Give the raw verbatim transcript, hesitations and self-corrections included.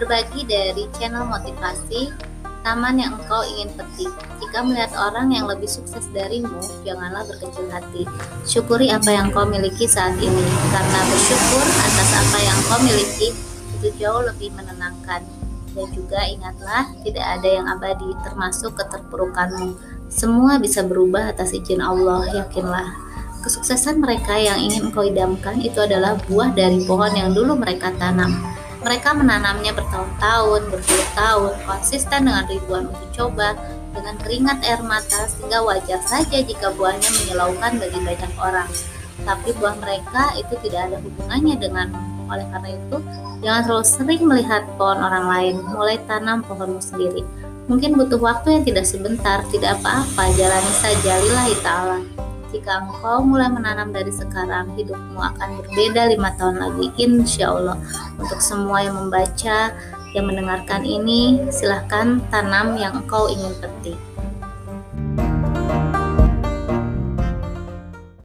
berbagi dari channel motivasi taman yang engkau ingin petik. Jika melihat orang yang lebih sukses darimu, janganlah berkecil hati. Syukuri apa yang kau miliki saat ini, karena bersyukur atas apa yang kau miliki itu jauh lebih menenangkan. Dan juga ingatlah, tidak ada yang abadi, termasuk keterpurukanmu. Semua bisa berubah atas izin Allah, yakinlah. Kesuksesan mereka yang ingin engkau idamkan itu adalah buah dari pohon yang dulu mereka tanam. Mereka menanamnya bertahun-tahun, berpuluh tahun, konsisten dengan ribuan uji coba, dengan keringat air mata, sehingga wajar saja jika buahnya menyilaukan bagi banyak orang. Tapi buah mereka itu tidak ada hubungannya denganmu. Oleh karena itu, jangan terlalu sering melihat pohon orang lain, mulai tanam pohonmu sendiri. Mungkin butuh waktu yang tidak sebentar, tidak apa-apa, jalani saja lillahi ta'ala. Jika engkau mulai menanam dari sekarang, hidupmu akan berbeda lima tahun lagi, insya Allah. Untuk semua yang membaca, yang mendengarkan ini, silahkan tanam yang engkau ingin petik.